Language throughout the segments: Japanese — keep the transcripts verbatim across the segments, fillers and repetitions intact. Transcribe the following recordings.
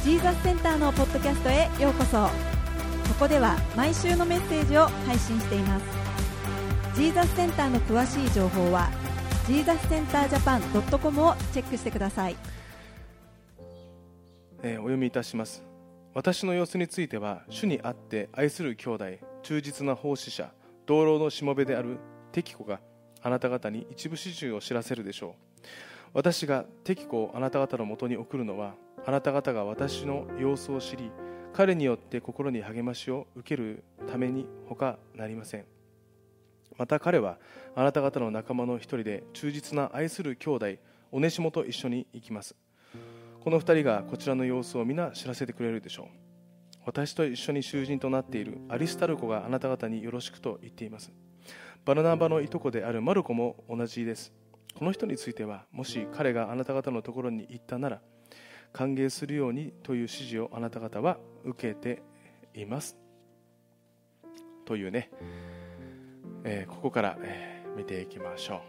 ジーザスセンターのポッドキャストへようこそ。ここでは毎週のメッセージを配信しています。ジーザスセンターの詳しい情報は ジーザスセンタージャパンドットコム をチェックしてください。 えー、お読みいたします。私の様子については、主にあって愛する兄弟、忠実な奉仕者、同僚のしもべであるテキコがあなた方に一部始終を知らせるでしょう。私がテキコをあなた方のもとに送るのは、あなた方が私の様子を知り、彼によって心に励ましを受けるために他なりません。また彼はあなた方の仲間の一人で、忠実な愛する兄弟オネシモと一緒に行きます。この二人がこちらの様子を皆知らせてくれるでしょう。私と一緒に囚人となっているアリスタルコがあなた方によろしくと言っています。バルナバのいとこであるマルコも同じです。この人については、もし彼があなた方のところに行ったなら、歓迎するようにという指示をあなた方は受けていますというね、えー、ここから、えー、見ていきましょう。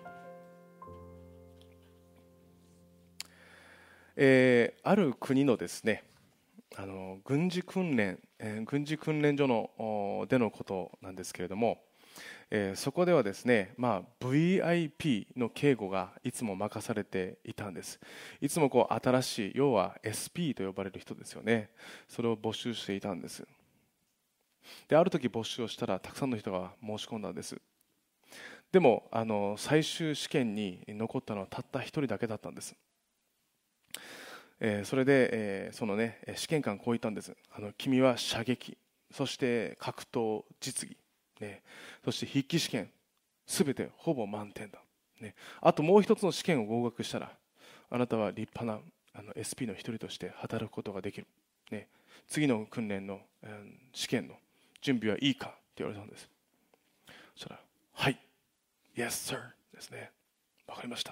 えー、ある国のですね、あの軍事訓練、えー、軍事訓練所のでのことなんですけれども、えー、そこではですね、まあ、ブイアイピー の警護がいつも任されていたんです。いつもこう新しい、要は エスピー と呼ばれる人ですよね、それを募集していたんです。で、ある時募集をしたらたくさんの人が申し込んだんです。でもあの最終試験に残ったのはたった一人だけだったんです。えー、それで、えー、そのね試験官こう言ったんです。あの君は射撃、そして格闘、実技、ね、そして筆記試験、すべてほぼ満点だ、ね、あともう一つの試験を合格したら、あなたは立派なあの エスピー の一人として働くことができる、ね、次の訓練の、うん、試験の準備はいいかって言われたんです。そしたら、はい、Yes sir ですね。わかりました。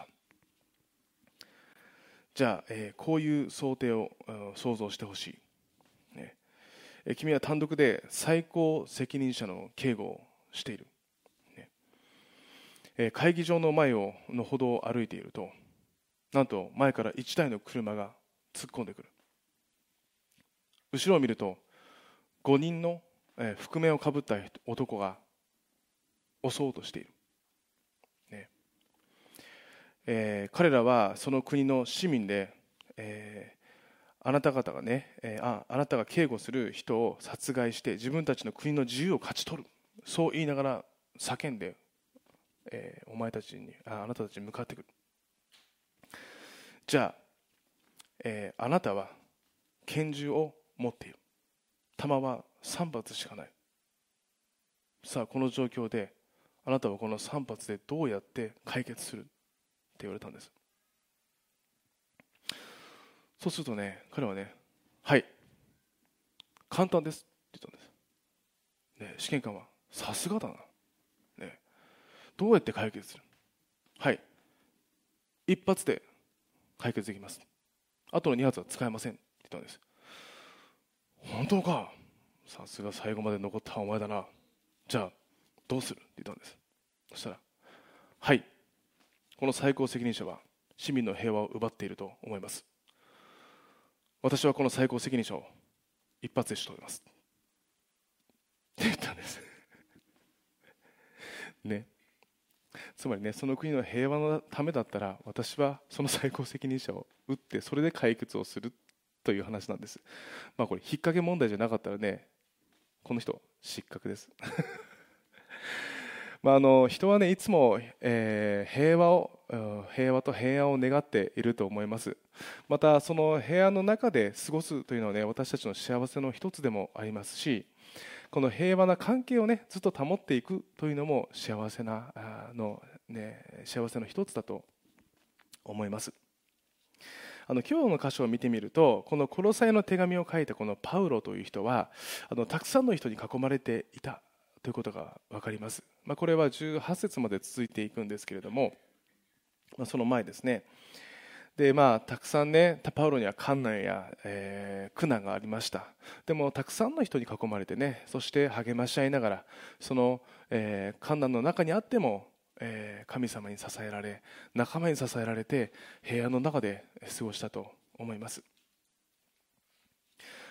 じゃあ、えー、こういう想定を、うん、想像してほしい、ね、えー、君は単独で最高責任者の警護をしている、ね、えー、会議場の前をの歩道を歩いていると、なんと前からいちだいの車が突っ込んでくる。後ろを見るとごにんの、えー、覆面をかぶった男が襲おうとしている、えー、彼らはその国の市民で、えー、あなた方がね、えー、あ、あなたが警護する人を殺害して自分たちの国の自由を勝ち取る、そう言いながら叫んで、えー、お前たちに あ, あなたたちに向かってくる。じゃあ、えー、あなたは拳銃を持っている。弾はさん発しかない。さあ、この状況であなたはこのさん発でどうやって解決するって言われたんです。そうするとね、彼はね、はい、簡単ですって言ったんです、ね、試験官はさすがだな、ね、どうやって解決する、はい、一発で解決できます、あとのに発は使えませんって言ったんです。本当か、さすが最後まで残ったお前だな、じゃあどうするって言ったんです。そしたら、はい、この最高責任者は市民の平和を奪っていると思います。私はこの最高責任者を一発で仕留めますって言ったんですね。つまりね、その国の平和のためだったら、私はその最高責任者を撃ってそれで解決をするという話なんです。まあこれ引っ掛け問題じゃなかったらね、この人失格ですまあ、あの人はね、いつも、えー、平和を平和と平安を願っていると思います。またその平安の中で過ごすというのはね、私たちの幸せの一つでもありますし、この平和な関係をねずっと保っていくというのも幸せなあの、ね、幸せの一つだと思います。あの今日の箇所を見てみると、このコロサイの手紙を書いたこのパウロという人は、あのたくさんの人に囲まれていたということが分かります。まあ、これはじゅうはち節まで続いていくんですけれども、まあ、その前ですね。でまあ、たくさんね、パウロには困難や、えー、苦難がありました。でもたくさんの人に囲まれてね、そして励まし合いながら、その、えー、困難の中にあっても、えー、神様に支えられ、仲間に支えられて平安の中で過ごしたと思います。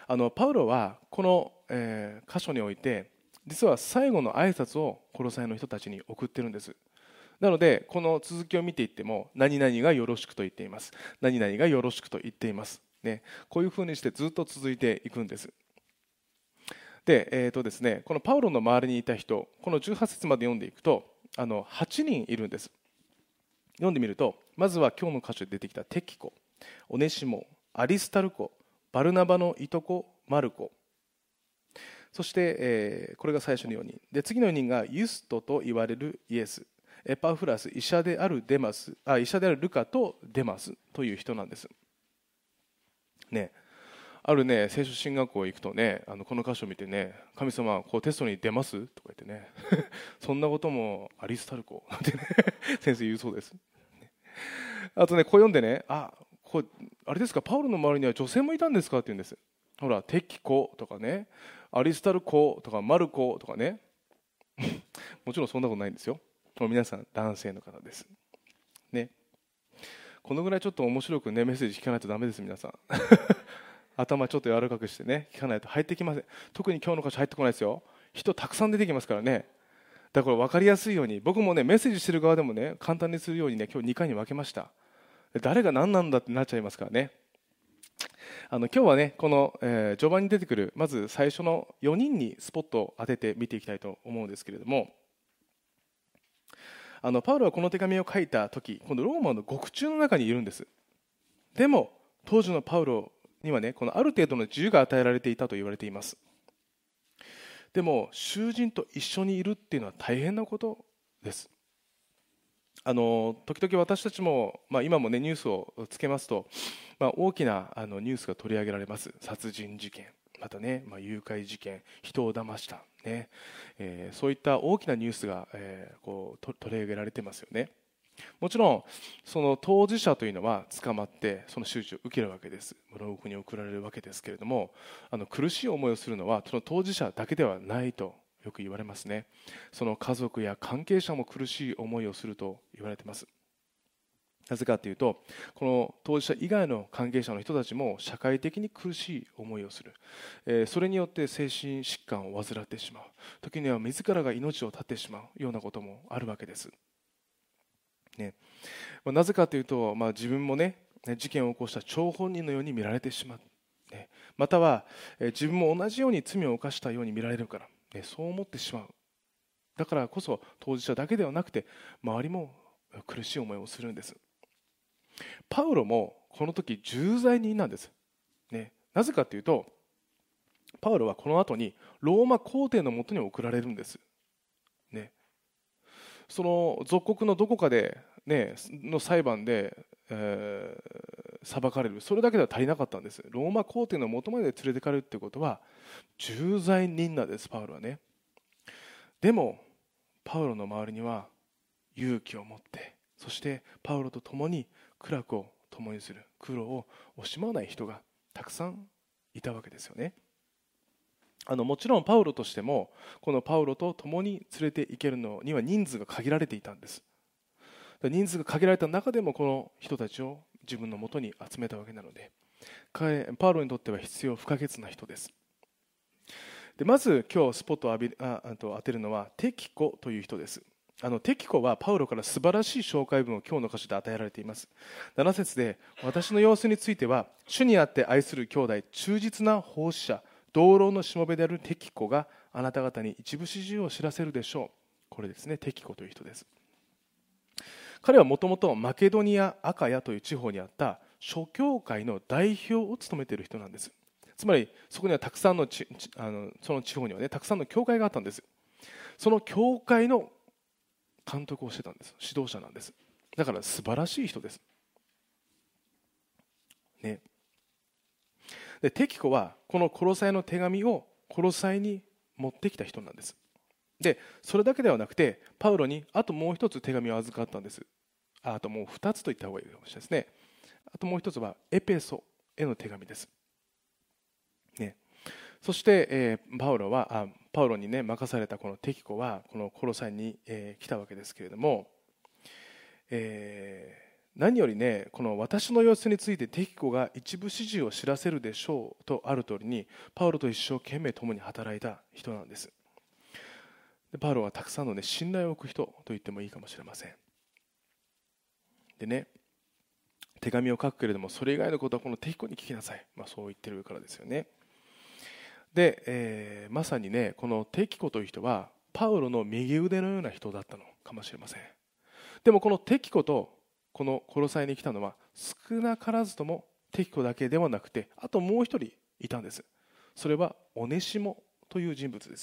あのパウロはこの、えー箇所において実は最後の挨拶をコロサイの人たちに送ってるんです。なのでこの続きを見ていっても、何々がよろしくと言っています、何々がよろしくと言っています、ね、こういうふうにしてずっと続いていくんです。で、えーとですね、このパウロの周りにいた人、このじゅうはち節まで読んでいくとあのはちにんいるんです。読んでみると、まずは今日の箇所で出てきたテキコ、オネシモ、アリスタルコ、バルナバのいとこマルコ、そして、えーこれが最初のよにんで、次のよにんがユストと言われるイエス、エパフラス、医者であるデマス、あ医者であるルカとデマスという人なんです。ね、あるね聖書進学校行くとね、あのこの箇所を見てね、神様こうテストに出ますとか言ってねそんなこともアリスタルコなんてね先生言うそうです。あとね、こう読んでね、あこうあれですか、パウロの周りには女性もいたんですかって言うんです。ほらテキコとかね、アリスタルコとかマルコとかねもちろんそんなことないんですよ。もう皆さん男性の方ですね。このぐらいちょっと面白くねメッセージ聞かないとダメです。皆さん頭ちょっと柔らかくしてね聞かないと入ってきません。特に今日の箇所入ってこないですよ。人たくさん出てきますからね。だから分かりやすいように、僕もねメッセージしてる側でもね簡単にするようにね今日にかいに分けました。誰が何なんだってなっちゃいますからね。あの今日はねこの、えー序盤に出てくるまず最初のよにんにスポットを当てて見ていきたいと思うんですけれども、あのパウロはこの手紙を書いた時、このローマの獄中の中にいるんです。でも当時のパウロにはね、このある程度の自由が与えられていたと言われています。でも囚人と一緒にいるっていうのは大変なことです。あの時々私たちも、まあ、今もねニュースをつけますと、まあ、大きなあのニュースが取り上げられます。殺人事件、またね、まあ、誘拐事件、人を騙した、ねえーそういった大きなニュースが、えーこうと取り上げられてますよね。もちろんその当事者というのは捕まってその手術を受けるわけです。牢獄に送られるわけですけれども、あの苦しい思いをするのはその当事者だけではないとよく言われますね。その家族や関係者も苦しい思いをすると言われています。なぜかというと、この当事者以外の関係者の人たちも社会的に苦しい思いをする、えーそれによって精神疾患を患ってしまう、時には自らが命を絶ってしまうようなこともあるわけです、ね。まあなぜかというと、まあ、自分もね事件を起こした張本人のように見られてしまう、ね、または、えー自分も同じように罪を犯したように見られるから、ね、そう思ってしまう。だからこそ当事者だけではなくて周りも苦しい思いをするんです。パウロもこの時重罪人なんです、ね。なぜかというと、パウロはこの後にローマ皇帝のもとに送られるんです、ね。その属国のどこかで、ね、の裁判で、えー裁かれる、それだけでは足りなかったんです。ローマ皇帝のもとまで連れてかれるということは重罪人なんです、パウロはね。でもパウロの周りには勇気を持って、そしてパウロと共に苦楽を共にする、苦労を惜しまない人がたくさんいたわけですよね。あのもちろんパウロとしてもこのパウロと共に連れて行けるのには人数が限られていたんです。人数が限られた中でもこの人たちを自分のもとに集めたわけなので、彼パウロにとっては必要不可欠な人です。でまず今日スポットを浴びああと当てるのはテキコという人です。あのテキコはパウロから素晴らしい紹介文を今日の箇所で与えられています。なな節で、私の様子については主にあって愛する兄弟、忠実な奉仕者、同僚のしもべであるテキコがあなた方に一部始終を知らせるでしょう。これですね、テキコという人です。彼はもともとマケドニア、アカヤという地方にあった諸教会の代表を務めている人なんです。つまりそこにはたくさんのちあのその地方にはねたくさんの教会があったんです。その教会の監督をしてたんです。指導者なんです。だから素晴らしい人です、ね。でテキコはこのコロサイの手紙をコロサイに持ってきた人なんです。でそれだけではなくてパウロにあともう一つ手紙を預かったんです。ああともう二つと言った方がいいかもしれないですね。あともう一つはエペソへの手紙です、ね。そして、えー、パウロはあパウロに、ね、任されたこのテキコはこのコロサイに、えー来たわけですけれども、え何よりね、この私の様子についてテキコが一部始終を知らせるでしょうとある通りに、パウロと一生懸命共に働いた人なんです。でパウロはたくさんの、ね、信頼を置く人と言ってもいいかもしれません。でね、手紙を書くけれども、それ以外のことはこのテキコに聞きなさい、まあ、そう言ってるからですよね。で、えー、まさにね、このテキコという人はパウロの右腕のような人だったのかもしれません。でもこのテキコとこのコロサイに来たのは少なからずともテキコだけではなくて、あともう一人いたんです。それはオネシモという人物です。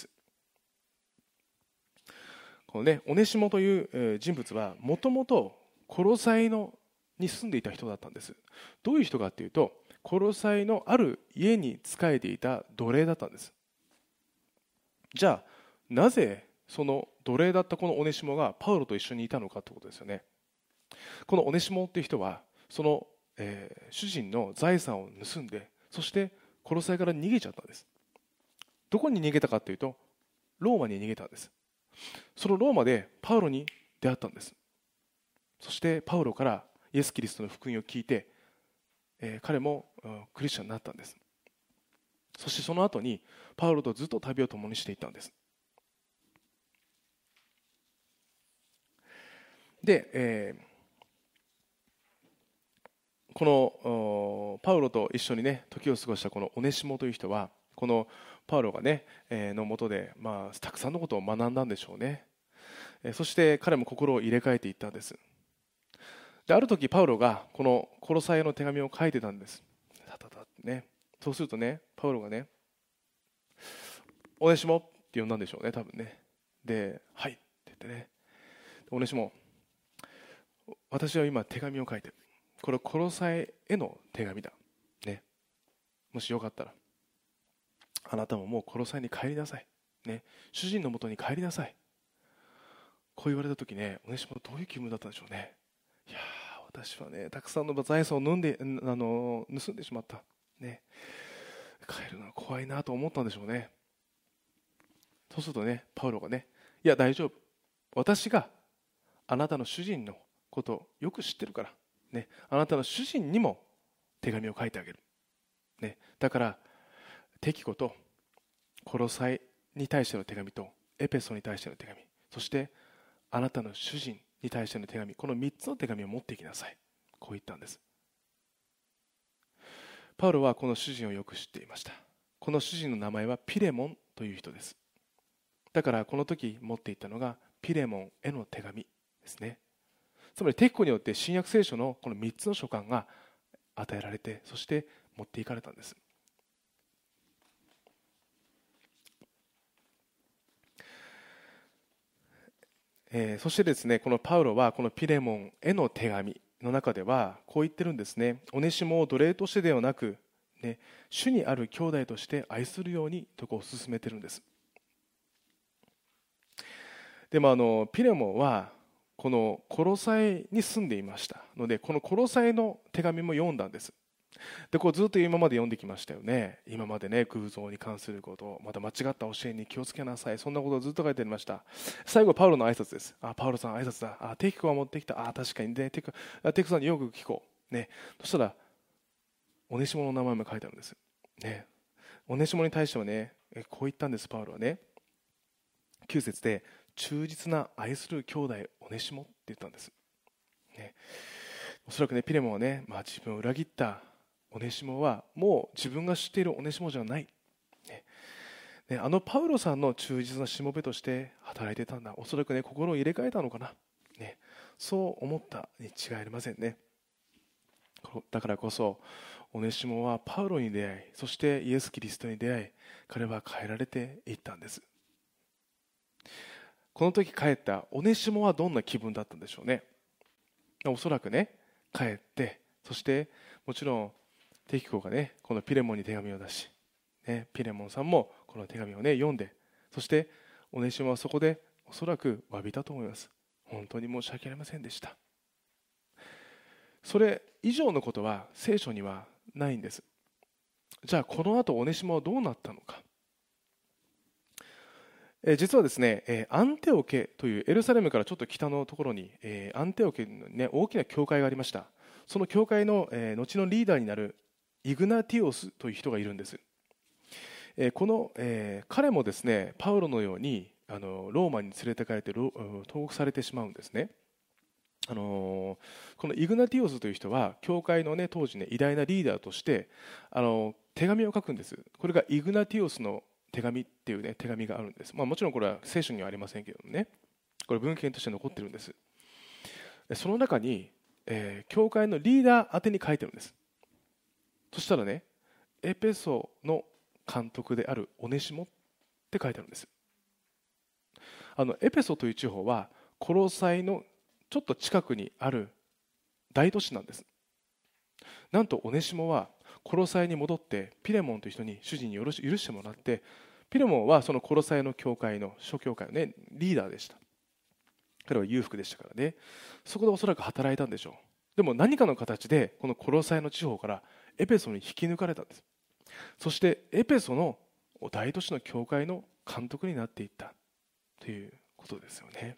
このね、オネシモという人物はもともとコロサイのに住んでいた人だったんです。どういう人かというと、コロサイのある家に仕えていた奴隷だったんです。じゃあなぜその奴隷だったこのオネシモがパウロと一緒にいたのかということですよね。このオネシモという人はその、えー、主人の財産を盗んで、そしてコロサイから逃げちゃったんです。どこに逃げたかというと、ローマに逃げたんです。そのローマでパウロに出会ったんです。そしてパウロからイエス・キリストの福音を聞いて、えー、彼も、うん、クリスチャンになったんです。そしてその後にパウロとずっと旅を共にしていったんです。で、えー、このパウロと一緒にね時を過ごしたこのオネシモという人は、このパウロがね、えー、の下で、まあ、たくさんのことを学んだんでしょうね。えー、そして彼も心を入れ替えていったんです。である時パウロがこのコロサイへの手紙を書いてたんです。たたたってね。そうするとね、パウロがね、オネシモって呼んだんでしょうね、多分ね。で、はいって言ってね、オネシモ、私は今手紙を書いてる。これコロサイへの手紙だ、ね、もしよかったらあなたももうコロサイに帰りなさい、ね、主人のもとに帰りなさい。こう言われた時ね、オネシモどういう気分だったんでしょうね。いや私はね、たくさんの財産を飲んであの盗んでしまった、ね、帰るのは怖いなと思ったんでしょうね。そうするとね、パウロがね、いや大丈夫、私があなたの主人のことをよく知ってるから、ね、あなたの主人にも手紙を書いてあげる、ね、だからテキコとコロサイに対しての手紙とエペソに対しての手紙、そしてあなたの主人に対しての手紙、このみっつの手紙を持っていきなさい、こう言ったんです。パウロはこの主人をよく知っていました。この主人の名前はピレモンという人です。だからこの時持っていったのがピレモンへの手紙ですね。つまりテキコによって新約聖書のこのみっつの書簡が与えられて、そして持っていかれたんです。えー、そしてですね、このパウロはこのピレモンへの手紙の中ではこう言ってるんですね。オネシモを奴隷としてではなく、ね、主にある兄弟として愛するようにとこう勧めてるんです。でもあのピレモンはこのコロサイに住んでいましたので、このコロサイの手紙も読んだんです。でこうずっと今まで読んできましたよね。今までね、偶像に関すること、また間違った教えに気をつけなさい、そんなことをずっと書いてありました。最後パウロの挨拶です。あ、パウロさん挨拶だ。あ、テキコが持ってきた。あ、確かにね、テキコ、テキコさんによく聞こう、ね、そしたらオネシモの名前も書いてあるんです、ね、オネシモに対してはね、こう言ったんです。パウロはね、きゅう節で忠実な愛する兄弟オネシモって言ったんです、ね、おそらくね、ピレモンはね、まあ、自分を裏切ったオネシモはもう自分が知っているオネシモじゃない、ねね、あのパウロさんの忠実なしもべとして働いてたんだ。おそらくね、心を入れ替えたのかな、ね、そう思ったに違いありませんね。だからこそオネシモはパウロに出会い、そしてイエス・キリストに出会い、彼は変えられていったんです。この時帰ったオネシモはどんな気分だったんでしょうね。おそらくね、帰って、そしてもちろんテキコがね、このピレモンに手紙を出し、ね、ピレモンさんもこの手紙をね読んで、そしてオネシモはそこでおそらく詫びたと思います。本当に申し訳ありませんでした。それ以上のことは聖書にはないんです。じゃあこの後オネシモはどうなったのか。 えー実はですね、えーアンテオケというエルサレムからちょっと北のところに、えーアンテオケの、ね、大きな教会がありました。その教会の、えー後のリーダーになるイグナティオスという人がいるんです。えーこの、えー彼もですね、パウロのようにあのローマに連れて帰ってロうん投獄されてしまうんですね。あのーこのイグナティオスという人は教会の、ね、当時、ね、偉大なリーダーとしてあの手紙を書くんです。これがイグナティオスの手紙っていう、ね、手紙があるんです。まあ、もちろんこれは聖書にはありませんけどもね、これ文献として残ってるんです。その中に、えー教会のリーダー宛てに書いてるんです。そしたらね、エペソの監督であるオネシモって書いてあるんです。あのエペソという地方はコロサイのちょっと近くにある大都市なんです。なんとオネシモはコロサイに戻ってピレモンという人に主人に許し許してもらって、ピレモンはそのコロサイの教会の諸教会の、ね、リーダーでした。彼は裕福でしたからね、そこでおそらく働いたんでしょう。でも何かの形でこのコロサイの地方からエペソに引き抜かれたんです。そしてエペソの大都市の教会の監督になっていったということですよね。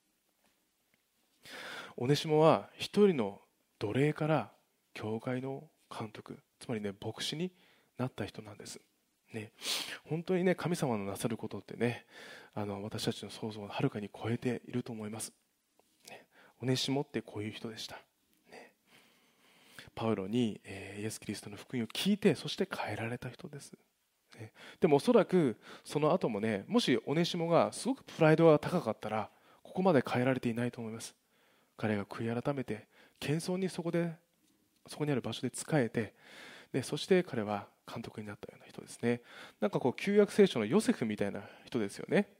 オネシモは一人の奴隷から教会の監督、つまりね牧師になった人なんです、ね、本当にね神様のなさることってね、あの私たちの想像をはるかに超えていると思います、ね、オネシモってこういう人でした、ね、パウロに、えーイエス・キリストの福音を聞いて、そして変えられた人です。でもおそらくその後もね、もしオネシモがすごくプライドが高かったらここまで変えられていないと思います。彼が悔い改めて謙遜にそこでそこにある場所で仕えて、でそして彼は監督になったような人ですね。なんかこう旧約聖書のヨセフみたいな人ですよね。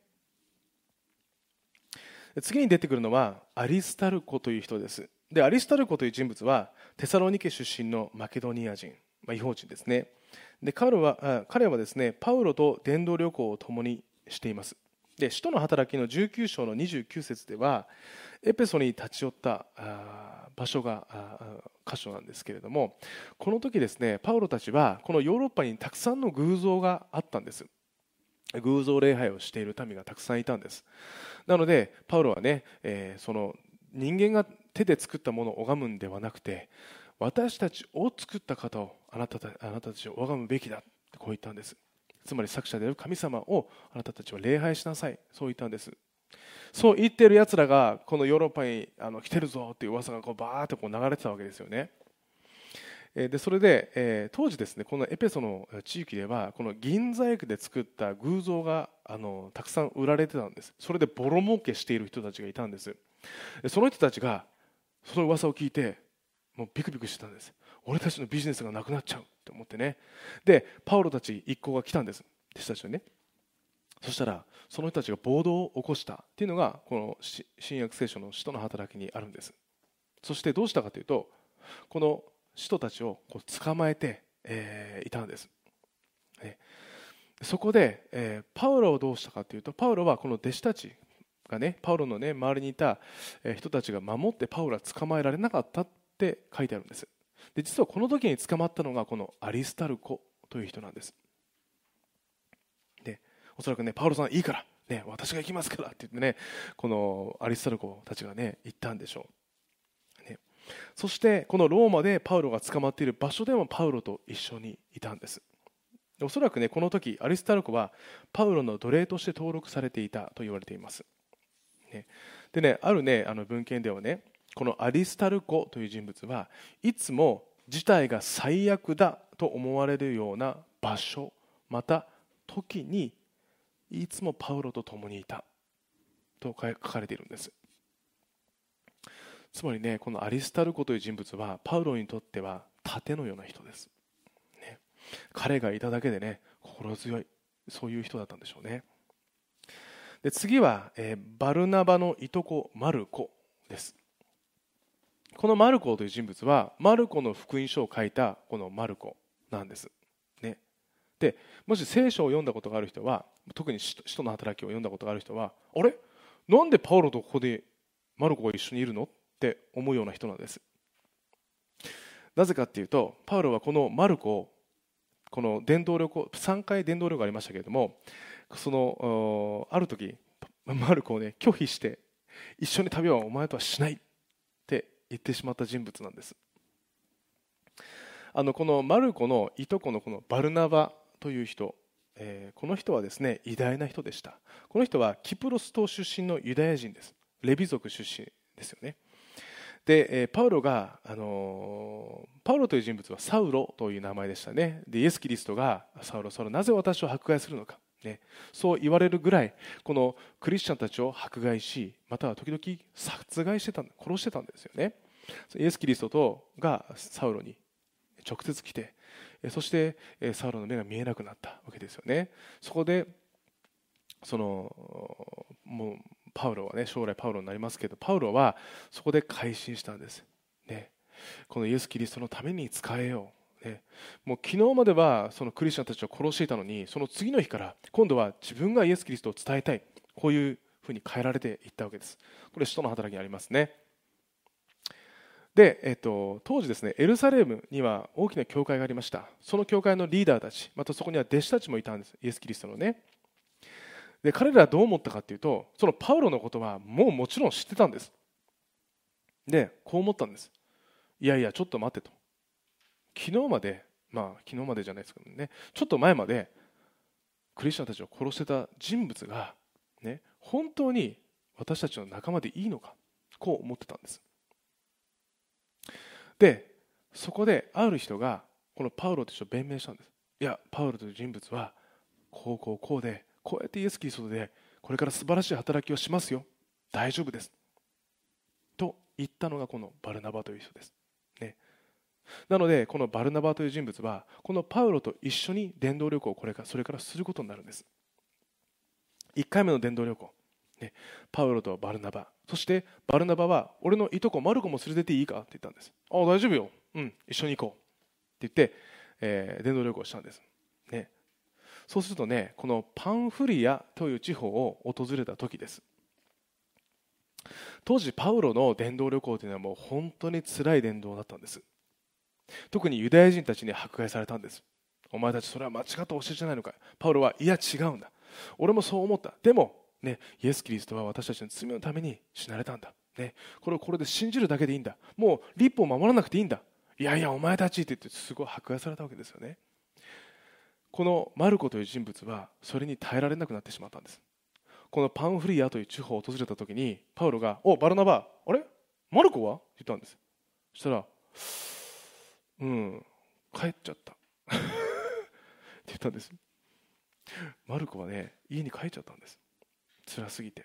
次に出てくるのはアリスタルコという人です。でアリスタルコという人物はテサロニケ出身のマケドニア人、まあ、違法人ですね。で彼はあ彼はですねパウロと伝道旅行を共にしています。で使徒の働きのじゅうきゅう章のにじゅうきゅう節ではエペソに立ち寄ったあ場所があ箇所なんですけれども、この時ですねパウロたちはこのヨーロッパにたくさんの偶像があったんです。偶像礼拝をしている民がたくさんいたんです。なのでパウロはね、えーその人間が手で作ったものを拝むんではなくて、私たちを作った方をあなたたあなたたちを拝むべきだってこう言ったんです。つまり作者である神様をあなたたちは礼拝しなさい、そう言ったんです。そう言っているやつらがこのヨーロッパにあの来てるぞっていう噂がこうバーッとこう流れてたわけですよね。えーでそれで、えー当時ですねこのエペソの地域ではこの銀細工で作った偶像があのたくさん売られてたんです。それでボロ儲けしている人たちがいたんです。でその人たちがその噂を聞いてもうビクビクしてたんです。俺たちのビジネスがなくなっちゃうって思ってね。でパウロたち一行が来たんです、弟子たちにね。そしたらその人たちが暴動を起こしたっていうのがこの新約聖書の使徒の働きにあるんです。そしてどうしたかというと、この使徒たちをこう捕まえて、えーいたんです、ね、そこで、えーパウロをどうしたかというと、パウロはこの弟子たちがね、パウロの、ね、周りにいたえー人たちが守ってパウロは捕まえられなかったって書いてあるんです。で実はこの時に捕まったのがこのアリスタルコという人なんです。でおそらくねパウロさんいいから、ね、私が行きますからって言ってね、このアリスタルコたちがね行ったんでしょう、ね、そしてこのローマでパウロが捕まっている場所でもパウロと一緒にいたんです。おそらくねこの時アリスタルコはパウロの奴隷として登録されていたと言われています、ね、でねあるねあの文献ではね、このアリスタルコという人物はいつも事態が最悪だと思われるような場所また時にいつもパウロと共にいたと書かれているんです。つまりねこのアリスタルコという人物はパウロにとっては盾のような人です、ね、彼がいただけでね心強い、そういう人だったんでしょうね。で次は、えーバルナバのいとこマルコです。このマルコという人物はマルコの福音書を書いたこのマルコなんです、ね、でもし聖書を読んだことがある人は、特に使徒の働きを読んだことがある人は、あれなんでパウロとここでマルコが一緒にいるのって思うような人なんです。なぜかっていうと、パウロはこのマルコをこの伝道旅行さんかい伝道旅行がありましたけれども、 そのある時マルコをね拒否して、一緒に旅はお前とはしないって言ってしまった人物なんです。あのこのマルコのいとこのこのバルナバという人、えー、この人はですね偉大な人でした。この人はキプロス島出身のユダヤ人です。レビ族出身ですよね。で、えー、パウロが、あのー、パウロという人物はサウロという名前でしたね。でイエス・キリストがサウロ、サウロなぜ私を迫害するのか、ね、そう言われるぐらいこのクリスチャンたちを迫害し、または時々殺害してた、殺してたんですよね。イエス・キリストとがサウロに直接来て、そしてサウロの目が見えなくなったわけですよね。そこでそのもうパウロはね、将来パウロになりますけど、パウロはそこで改心したんです、ね、このイエス・キリストのために使えよう、ね、もう昨日まではそのクリスチャンたちを殺していたのに、その次の日から今度は自分がイエス・キリストを伝えたい、こういうふうに変えられていったわけです。これ使徒の働きにありますね。で、えっと、当時ですね、エルサレムには大きな教会がありました。その教会のリーダーたち、またそこには弟子たちもいたんです、イエス・キリストのね。で彼らはどう思ったかというと、そのパウロのことはもうもちろん知ってたんです。でこう思ったんです。いやいやちょっと待ってと、昨日までまあ昨日までじゃないですけどね、ちょっと前までクリスチャンたちを殺してた人物が、ね、本当に私たちの仲間でいいのか、こう思ってたんです。でそこである人がこのパウロと一緒に弁明したんです。いやパウロという人物はこうこうこうで、こうやってイエス・キリストでこれから素晴らしい働きをしますよ、大丈夫ですと言ったのがこのバルナバという人です、ね、なのでこのバルナバという人物はこのパウロと一緒に伝道旅行をこれからそれからすることになるんです。いっかいめの伝道旅行、ね、パウロとバルナバ、そしてバルナバは俺のいとこマルコも連れてっていいかって言ったんです。ああ大丈夫よ、うん一緒に行こうって言って、えー、伝道旅行をしたんです、ね、そうするとね、このパンフリアという地方を訪れた時です。当時パウロの伝道旅行というのはもう本当に辛い伝道だったんです。特にユダヤ人たちに迫害されたんです。お前たちそれは間違った教えじゃないのか。パウロはいや違うんだ、俺もそう思った、でもね、イエス・キリストは私たちの罪のために死なれたんだ、ね、これをこれで信じるだけでいいんだ、もう律法を守らなくていいんだ、いやいやお前たちって言ってすごい迫害されたわけですよね。このマルコという人物はそれに耐えられなくなってしまったんです。このパンフリアという地方を訪れた時にパウロがおバルナバ、あれマルコはって言ったんです。そしたらうん帰っちゃったって言ったんです。マルコはね家に帰っちゃったんです、辛すぎて。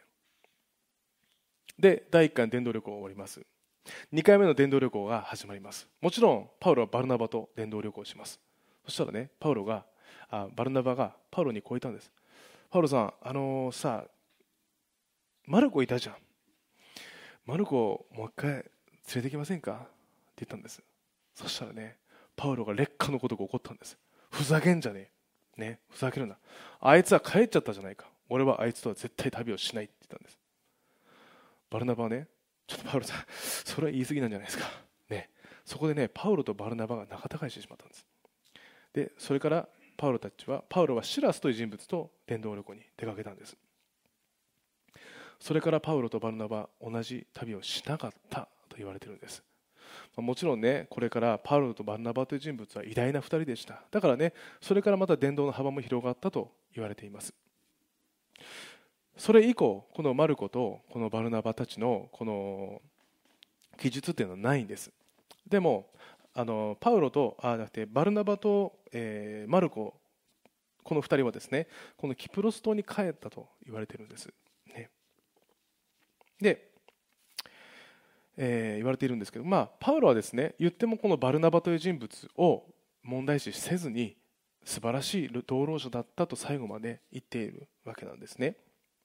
でだいいっかいの伝道旅行が終わります。にかいめの伝道旅行が始まります。もちろんパウロはバルナバと伝道旅行をします。そしたらねパウロがあバルナバがパウロにこう言ったんです。パウロさん、あのー、さマルコいたじゃん、マルコもう一回連れてきませんかって言ったんです。そしたらねパウロが烈火のことが起こったんです。ふざけんじゃねえ、ね、ふざけるな、あいつは帰っちゃったじゃないか、俺はあいつとは絶対旅をしないって言ったんです。バルナバはね、ちょっとパウロさんそれは言い過ぎなんじゃないですか、ね、そこでねパウロとバルナバが仲違いしてしまったんです。でそれからパウロたちはパウロはシラスという人物と伝道旅行に出かけたんです。それからパウロとバルナバ同じ旅をしなかったと言われているんです。もちろんねこれからパウロとバルナバという人物は偉大なふたりでした。だからねそれからまた伝道の幅も広がったと言われています。それ以降このマルコとこのバルナバたちのこの記述っていうのはないんです。でもあのパウロとあなくてバルナバと、えー、マルコ、このふたりはですねこのキプロス島に帰ったと言われているんです、ね、で、えー、言われているんですけど、まあ、パウロはですね言ってもこのバルナバという人物を問題視せずに素晴らしい同労者だったと最後まで言っているわけなんですね。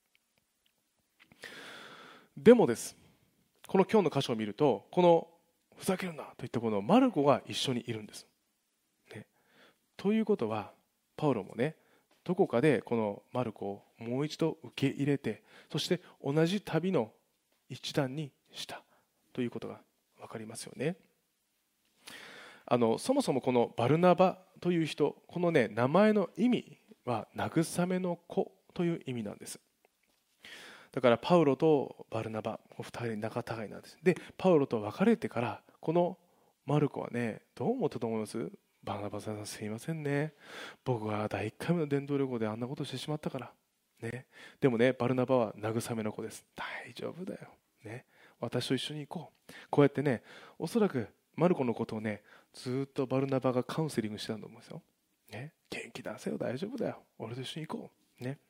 でもです、この今日の箇所を見るとこのふざけるなといったこのマルコが一緒にいるんです、ね、ということはパウロもねどこかでこのマルコをもう一度受け入れて、そして同じ旅の一団にしたということが分かりますよね。あのそもそもこのバルナバという人、このね名前の意味は慰めの子とという意味なんです。だからパウロとバルナバふたり仲違いなんです。でパウロと別れてからこのマルコはね、どう思ったと思います？バルナバさん、すいませんね、僕はだいいっかいめの伝道旅行であんなことしてしまったからね。でもね、バルナバは慰めの子です。大丈夫だよ、ね、私と一緒に行こう。こうやってね、おそらくマルコのことをね、ずっとバルナバがカウンセリングしてたと思うんですよ、ね、元気出せよ、大丈夫だよ、俺と一緒に行こう、ね。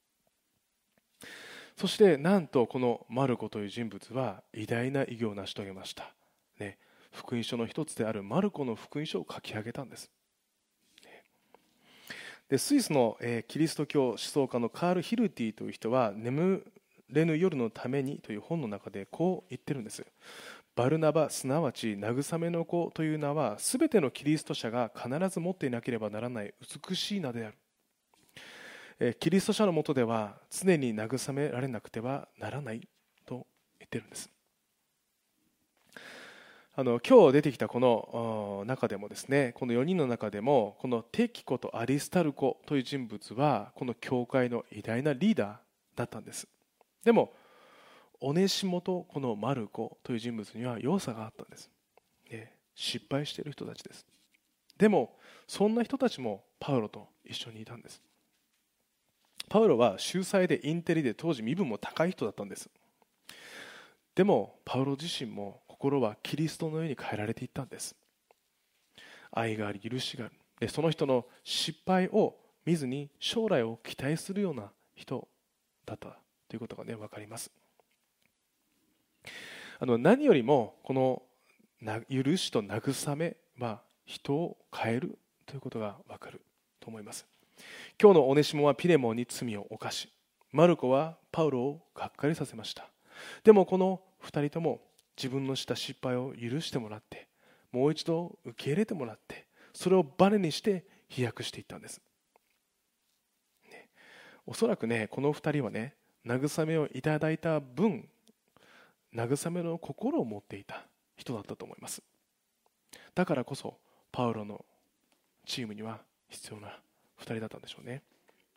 そしてなんとこのマルコという人物は偉大な偉業を成し遂げました、ね、福音書の一つであるマルコの福音書を書き上げたんです。でスイスの、えー、キリスト教思想家のカール・ヒルティという人は眠れぬ夜のためにという本の中でこう言ってるんです。バルナバ、すなわち慰めの子という名はすべてのキリスト者が必ず持っていなければならない美しい名である。キリスト者のもとでは常に慰められなくてはならないと言ってるんです。あの今日出てきたこの中でもですね、このよにんの中でもこのテキコとアリスタルコという人物はこの教会の偉大なリーダーだったんです。でもオネシモとこのマルコという人物には弱さがあったんです、ね、失敗している人たちです。でもそんな人たちもパウロと一緒にいたんです。パウロは秀才でインテリで当時身分も高い人だったんです。でもパウロ自身も心はキリストのように変えられていったんです。愛があり許しがある。でその人の失敗を見ずに将来を期待するような人だったということがね、分かります。あの何よりもこの許しと慰めは人を変えるということが分かると思います。今日のオネシモはピレモンに罪を犯し、マルコはパウロをがっかりさせました。でもこのふたりとも自分のした失敗を許してもらって、もう一度受け入れてもらって、それをバネにして飛躍していったんです、ね、おそらくね、このふたりはね、慰めをいただいた分、慰めの心を持っていた人だったと思います。だからこそパウロのチームには必要なふたりだったんでしょうね。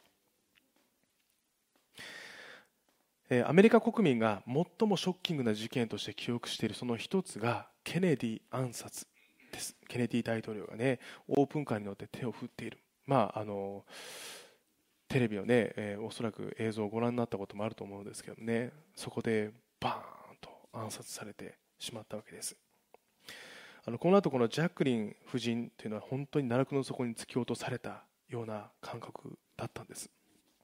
アメリカ国民が最もショッキングな事件として記憶しているその一つがケネディ暗殺です。ケネディ大統領がね、オープンカーに乗って手を振っている。まああのテレビをね、えー、おそらく映像をご覧になったこともあると思うんですけどね、そこでバーンと暗殺されてしまったわけです。あのこの後このジャックリン夫人というのは本当に奈落の底に突き落とされたような感覚だったんです、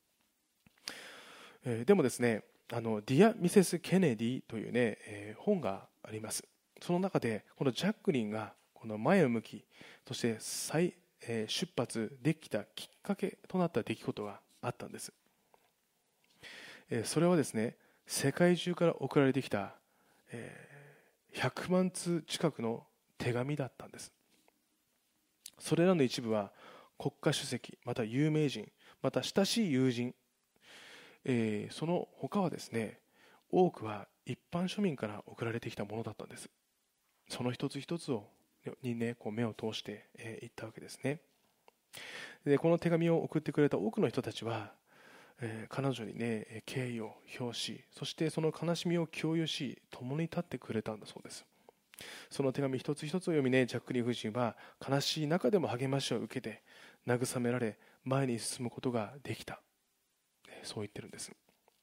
えー、でもですね、あのディア・ミセス・ケネディという、ねえー、本があります。その中でこのジャックリンがこの前を向き、そして再、えー、出発できたきっかけとなった出来事があったんです、えー、それはですね、世界中から送られてきた、えー、ひゃくまんつう近くの手紙だったんです。それらの一部は国家主席、また有名人、また親しい友人、えー、その他はですね、多くは一般庶民から送られてきたものだったんです。その一つ一つをにね、こう目を通してい、えー、ったわけですね。でこの手紙を送ってくれた多くの人たちは、えー、彼女にね、敬意を表し、そしてその悲しみを共有し、共に立ってくれたんだそうです。その手紙一つ一つを読みね、ジャックリン夫人は悲しい中でも励ましを受けて慰められ、前に進むことができた、そう言ってるんです。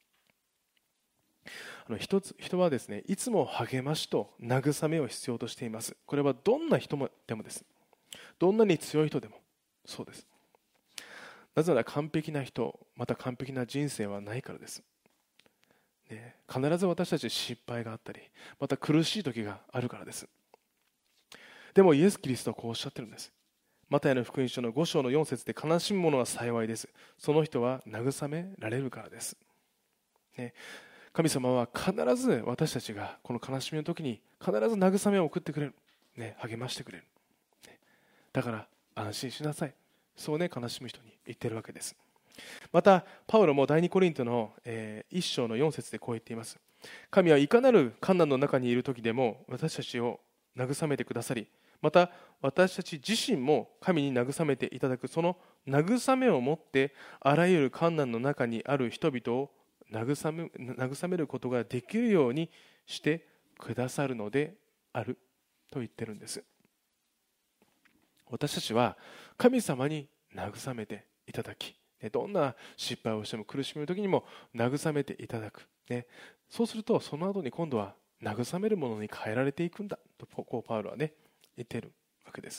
あの一つ人はですね、いつも励ましと慰めを必要としています。これはどんな人もでもです。どんなに強い人でもそうです。なぜなら完璧な人、また完璧な人生はないからです、ね、必ず私たち失敗があったり、また苦しい時があるからです。でもイエス・キリストはこうおっしゃってるんです。マタイの福音書のご章のよん節で、悲しむ者は幸いです。その人は慰められるからです、ね、神様は必ず私たちがこの悲しみの時に必ず慰めを送ってくれる、ね、励ましてくれる、ね、だから安心しなさい、そうね、悲しむ人に言ってるわけです。またパウロも第二コリントの、えー、いっ章のよん節でこう言っています。神はいかなる困難の中にいる時でも私たちを慰めてくださり、 また私たち自身も神に慰めていただく、その慰めをもってあらゆる困難の中にある人々を慰め、慰めることができるようにしてくださるのであると言ってるんです。私たちは神様に慰めていただき、どんな失敗をしても苦しみの時にも慰めていただく、ね、そうするとその後に今度は慰めるものに変えられていくんだとこうパウロはね言っているわけです。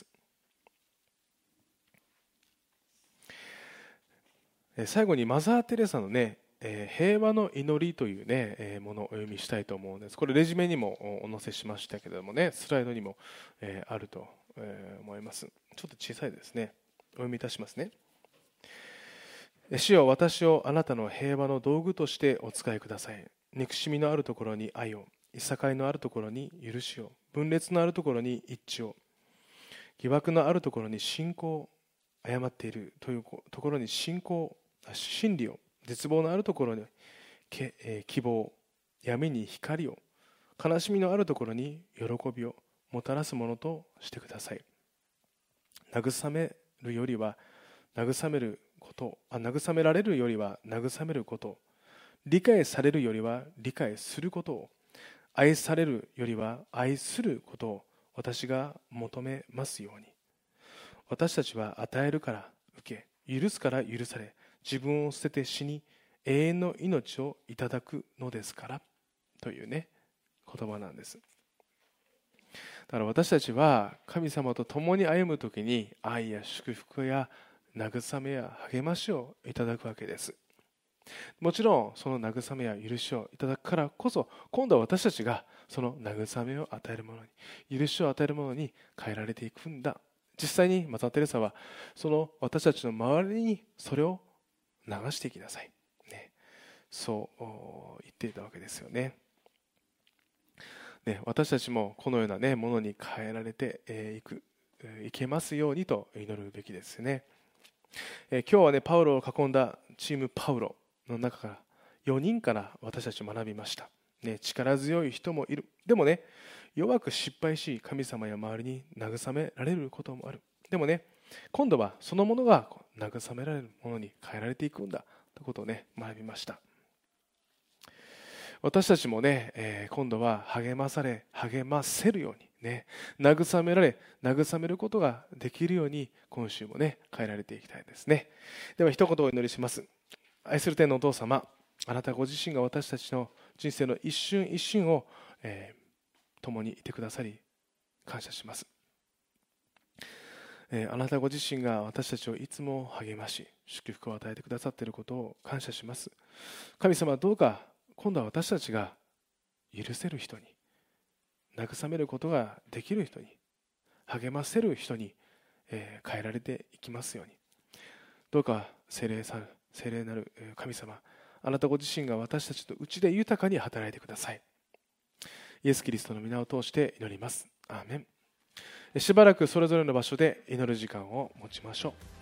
最後にマザー・テレサのね平和の祈りというねものをお読みしたいと思うんです。これレジュメにもお載せしましたけれどもね、スライドにもあると思います。ちょっと小さいですね。お読みいたしますね。主よ、私をあなたの平和の道具としてお使いください。憎しみのあるところに愛を、いさかいのあるところに許しを、分裂のあるところに一致を、疑惑のあるところに信仰、誤っているというところに信仰、真理を、絶望のあるところに希望、闇に光を、悲しみのあるところに喜びをもたらすものとしてください。慰めるよりは慰めることあ慰められるよりは慰めること、理解されるよりは理解することを、愛されるよりは愛することを私が求めますように。私たちは与えるから受け、許すから許され、自分を捨てて死に永遠の命をいただくのですからというね言葉なんです。だから私たちは神様と共に歩むときに愛や祝福や慰めや励ましをいただくわけです。もちろんその慰めや許しをいただくからこそ、今度は私たちがその慰めを与えるものに、許しを与えるものに変えられていくんだ。実際にマザー・テレサはその私たちの周りにそれを流していきなさい、ね、そう言っていたわけですよね。ね、私たちもこのような、ね、ものに変えられてい、えー、く、えー、いけますようにと祈るべきですね。えー、今日はねパウロを囲んだチームパウロの中からよにんから私たち学びました、ね、力強い人もいる。でもね弱く失敗し神様や周りに慰められることもある。でもね今度はそのものが慰められるものに変えられていくんだということをね学びました。私たちもね、えー、今度は励まされ励ませるようにね、慰められ慰めることができるように今週もね変えられていきたいですね。では一言お祈りします。愛する天のお父様、あなたご自身が私たちの人生の一瞬一瞬を、えー、共にいてくださり感謝します。あなたご自身が私たちをいつも励まし祝福を与えてくださっていることを感謝します。神様、どうか今度は私たちが許せる人に、慰めることができる人に、励ませる人に、えー、変えられていきますように。どうか聖霊さん、聖霊なる神様、あなたご自身が私たちのうちで豊かに働いてください。イエス・キリストの皆を通して祈ります。アーメン。しばらくそれぞれの場所で祈る時間を持ちましょう。